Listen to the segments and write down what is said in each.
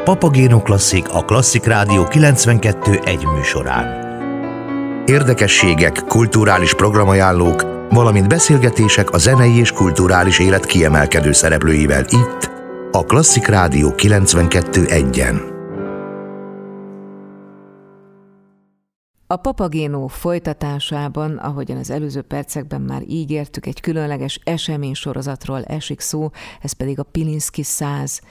Papagéno Klasszik a Klasszik Rádió 92.1 műsorán. Érdekességek, kulturális programajánlók, valamint beszélgetések a zenei és kulturális élet kiemelkedő szereplőivel itt, a Klasszik Rádió 92.1-en. A Papagéno folytatásában, ahogyan az előző percekben már ígértük, egy különleges eseménysorozatról esik szó, ez pedig a Pilinszky 100.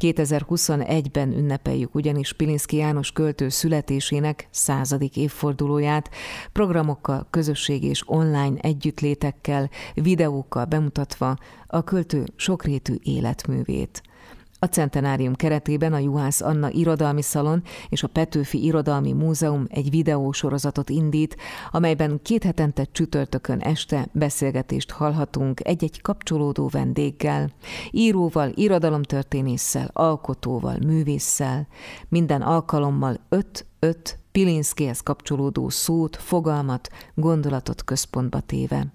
2021-ben ünnepeljük ugyanis Pilinszky János költő születésének 100. évfordulóját, programokkal, közösségi és online együttlétekkel, videókkal bemutatva a költő sokrétű életművét. A centenárium keretében a Juhász Anna Irodalmi Szalon és a Petőfi Irodalmi Múzeum egy videósorozatot indít, amelyben 2 hetente csütörtökön este beszélgetést hallhatunk egy-egy kapcsolódó vendéggel, íróval, irodalomtörténésszel, alkotóval, művésszel, minden alkalommal 5 Pilinszkyhez kapcsolódó szót, fogalmat, gondolatot központba téve.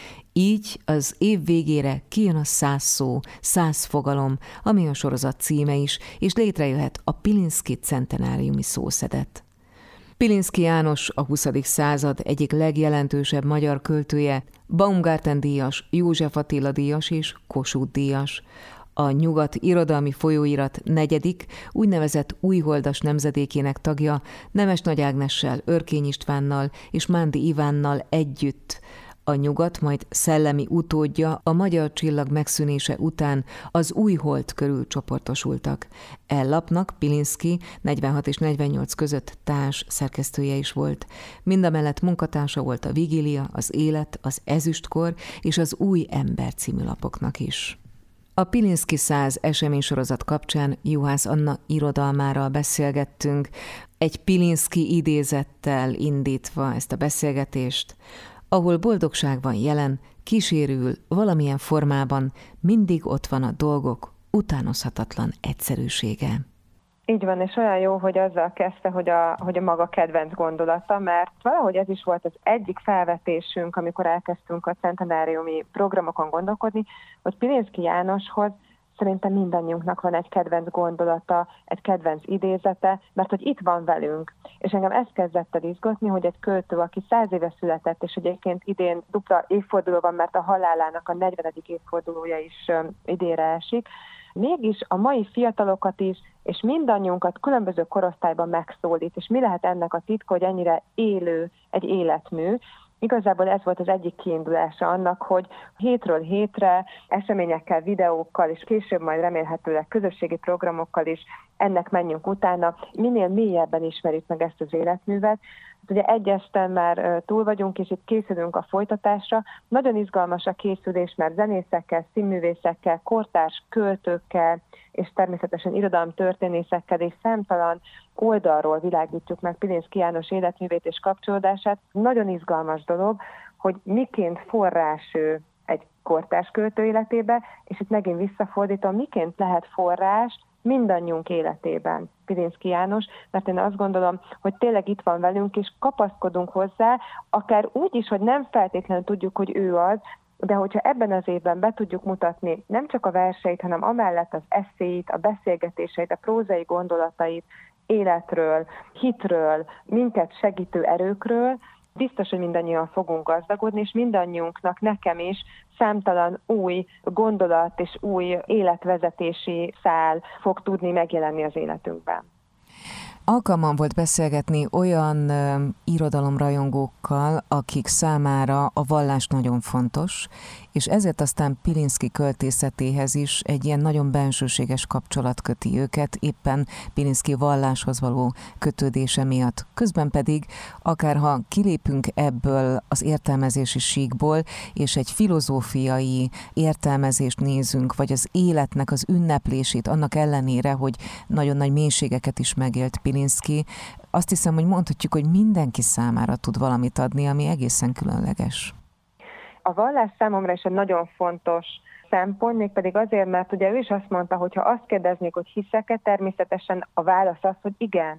Így az év végére kijön a 100 szó, 100 fogalom, ami a sorozat címe is, és létrejöhet a Pilinszky centenáriumi szószedet. Pilinszky János a 20. század egyik legjelentősebb magyar költője, Baumgarten-díjas, József Attila díjas és Kossuth díjas. A Nyugat irodalmi folyóirat 4. úgynevezett újholdas nemzedékének tagja, Nemes Nagy Ágnessel, Örkény Istvánnal és Mándi Ivánnal együtt. A Nyugat majd szellemi utódja a magyar csillag megszűnése után az új hold körül csoportosultak. Lapnak Pilinszky 46 és 48 között társ szerkesztője is volt. Mindamellett munkatársa volt a Vigília, az Élet, az Ezüstkor és az Új Ember című lapoknak is. A Pilinszky 100 eseménysorozat kapcsán Juhász Anna irodalmáról beszélgettünk, egy Pilinszky idézettel indítva ezt a beszélgetést. Ahol boldogság van jelen, kísérül valamilyen formában, mindig ott van a dolgok utánozhatatlan egyszerűsége. Így van, és olyan jó, hogy azzal kezdte, hogy a maga kedvenc gondolata, mert valahogy ez is volt az egyik felvetésünk, amikor elkezdtünk a centenáriumi programokon gondolkodni, hogy Pilinszky Jánoshoz szerintem mindannyiunknak van egy kedvenc gondolata, egy kedvenc idézete, mert hogy itt van velünk. És engem ezt kezdett el izgatni, hogy egy költő, aki 100 éve született, és egyébként idén dupla évforduló van, mert a halálának a 40. évfordulója is idénre esik, mégis a mai fiatalokat is, és mindannyiunkat különböző korosztályban megszólít, és mi lehet ennek a titka, hogy ennyire élő egy életmű. Igazából ez volt az egyik kiindulása annak, hogy hétről hétre eseményekkel, videókkal, és később majd remélhetőleg közösségi programokkal is ennek menjünk utána, minél mélyebben ismerjük meg ezt az életművet. Ugye egy esten már túl vagyunk, és itt készülünk a folytatásra. Nagyon izgalmas a készülés, mert zenészekkel, színművészekkel, kortárs költőkkel, és természetesen irodalomtörténészekkel és számtalan oldalról világítjuk meg Pilinszky János életművét és kapcsolódását. Nagyon izgalmas dolog, hogy miként forrás ő egy kortárs költő életébe, és itt megint visszafordítom, miként lehet forrás mindannyiunk életében Pilinszky János, mert én azt gondolom, hogy tényleg itt van velünk, és kapaszkodunk hozzá, akár úgy is, hogy nem feltétlenül tudjuk, hogy ő az, de hogyha ebben az évben be tudjuk mutatni nem csak a verseit, hanem amellett az esszéit, a beszélgetéseit, a prózai gondolatait, életről, hitről, minket segítő erőkről, biztos, hogy mindannyian fogunk gazdagodni, és mindannyiunknak, nekem is számtalan új gondolat és új életvezetési szál fog tudni megjelenni az életünkben. Alkalmam volt beszélgetni olyan irodalomrajongókkal, akik számára a vallás nagyon fontos, és ezért aztán Pilinszky költészetéhez is egy ilyen nagyon bensőséges kapcsolat köti őket, éppen Pilinszky valláshoz való kötődése miatt. Közben pedig, akárha kilépünk ebből az értelmezési síkból, és egy filozófiai értelmezést nézünk, vagy az életnek az ünneplését, annak ellenére, hogy nagyon nagy mélységeket is megélt Pilinszky, azt hiszem, hogy mondhatjuk, hogy mindenki számára tud valamit adni, ami egészen különleges. A vallás számomra is egy nagyon fontos szempont, mégpedig azért, mert ugye ő is azt mondta, hogy ha azt kérdeznék, hogy hiszek-e, természetesen a válasz az, hogy igen.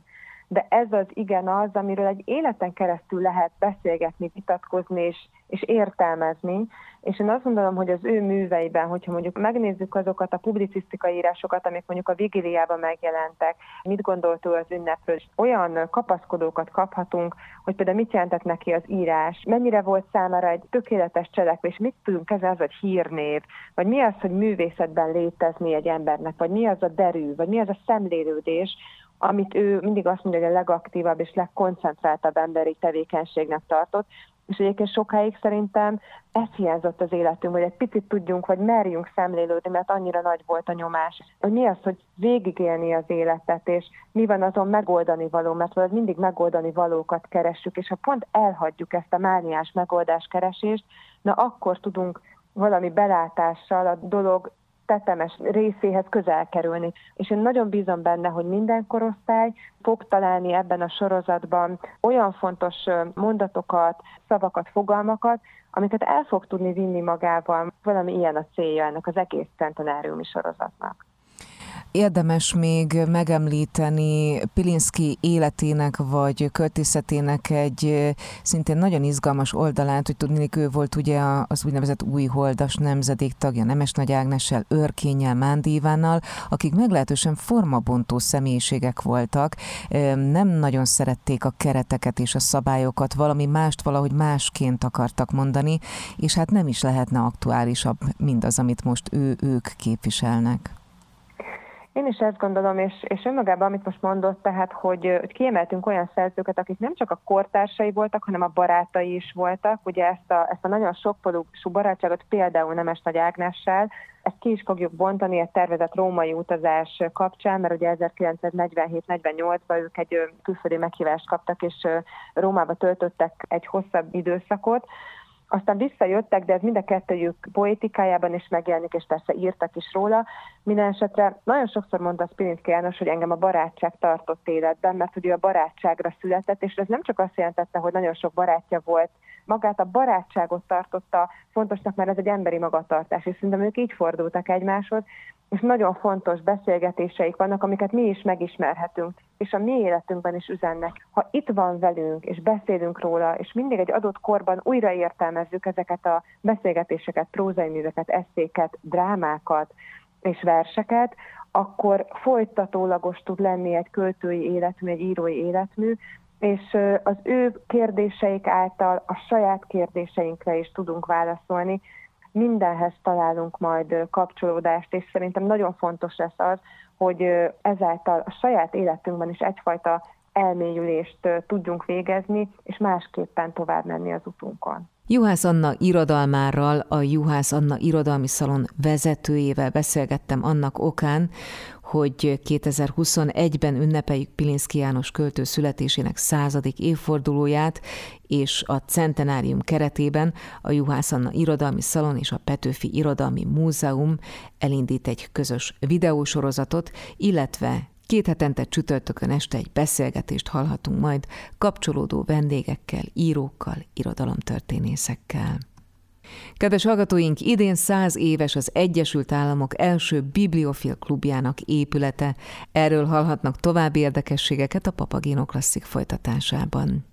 de ez az igen az, amiről egy életen keresztül lehet beszélgetni, vitatkozni és értelmezni, és én azt gondolom, hogy az ő műveiben, hogyha mondjuk megnézzük azokat a publicisztikai írásokat, amik mondjuk a vigíliában megjelentek, mit gondolt ő az ünnepről, olyan kapaszkodókat kaphatunk, hogy például mit jelentett neki az írás, mennyire volt számára egy tökéletes cselekvés, mit tudunk ezzel, hogy hírnév, vagy mi az, hogy művészetben létezni egy embernek, vagy mi az a derű, vagy mi az a szemlélődés, amit ő mindig azt mondja, hogy a legaktívabb és legkoncentráltabb emberi tevékenységnek tartott, és egyébként sokáig szerintem ez hiányzott az életünk, hogy egy picit tudjunk, vagy merjünk szemlélődni, mert annyira nagy volt a nyomás. Hogy mi az, hogy végigélni az életet, és mi van azon megoldani való, mert valahogy mindig megoldani valókat keressük, és ha pont elhagyjuk ezt a mániás megoldáskeresést, na akkor tudunk valami belátással a dolog tetemes részéhez közel kerülni. És én nagyon bízom benne, hogy minden korosztály fog találni ebben a sorozatban olyan fontos mondatokat, szavakat, fogalmakat, amiket el fog tudni vinni magával. Valami ilyen a célja ennek az egész centenáriumi sorozatnak. Érdemes még megemlíteni Pilinszky életének vagy költészetének egy szintén nagyon izgalmas oldalát, hogy tudnék, ő volt ugye az úgynevezett újholdas nemzedék tagja Nemes Nagy Ágnessel, Örkénnyel, Mándi Ivánnal, akik meglehetősen formabontó személyiségek voltak, nem nagyon szerették a kereteket és a szabályokat, valami mást valahogy másként akartak mondani, és hát nem is lehetne aktuálisabb mindaz, amit most ők képviselnek. Én is ezt gondolom, és önmagában, amit most mondott, tehát, hogy kiemeltünk olyan szerzőket, akik nem csak a kortársai voltak, hanem a barátai is voltak. Ugye ezt a nagyon sokpolú barátságot például Nemes Nagy Ágnessel, ezt ki is fogjuk bontani a tervezett római utazás kapcsán, mert ugye 1947-48-ban ők egy külföldi meghívást kaptak, és Rómába töltöttek egy hosszabb időszakot. Aztán visszajöttek, de ez mind a kettőjük poétikájában is megjelenik, és persze írtak is róla. Minden esetre nagyon sokszor mondta Pilinszky János, hogy engem a barátság tartott életben, mert ugye a barátságra született, és ez nem csak azt jelentette, hogy nagyon sok barátja volt, magát a barátságot tartotta fontosnak, mert ez egy emberi magatartás, és szerintem ők így fordultak egymáshoz, és nagyon fontos beszélgetéseik vannak, amiket mi is megismerhetünk, és a mi életünkben is üzennek. Ha itt van velünk, és beszélünk róla, és mindig egy adott korban újra értelmezzük ezeket a beszélgetéseket, prózai műveket, esszéket, drámákat és verseket, akkor folytatólagos tud lenni egy költői életmű, egy írói életmű, és az ő kérdéseik által a saját kérdéseinkre is tudunk válaszolni. Mindenhez találunk majd kapcsolódást, és szerintem nagyon fontos lesz az, hogy ezáltal a saját életünkben is egyfajta elmélyülést tudjunk végezni, és másképpen tovább menni az utunkon. Juhász Anna irodalmárral, a Juhász Anna Irodalmi Szalon vezetőjével beszélgettem annak okán, hogy 2021-ben ünnepeljük Pilinszky János költő születésének 100. évfordulóját, és a centenárium keretében a Juhász Anna Irodalmi Szalon és a Petőfi Irodalmi Múzeum elindít egy közös videósorozatot, illetve 2 hetente csütörtökön este egy beszélgetést hallhatunk majd kapcsolódó vendégekkel, írókkal, irodalomtörténészekkel. Kedves hallgatóink, idén 100 éves az Egyesült Államok első bibliofil klubjának épülete. Erről hallhatnak további érdekességeket a Papagéno Klasszik folytatásában.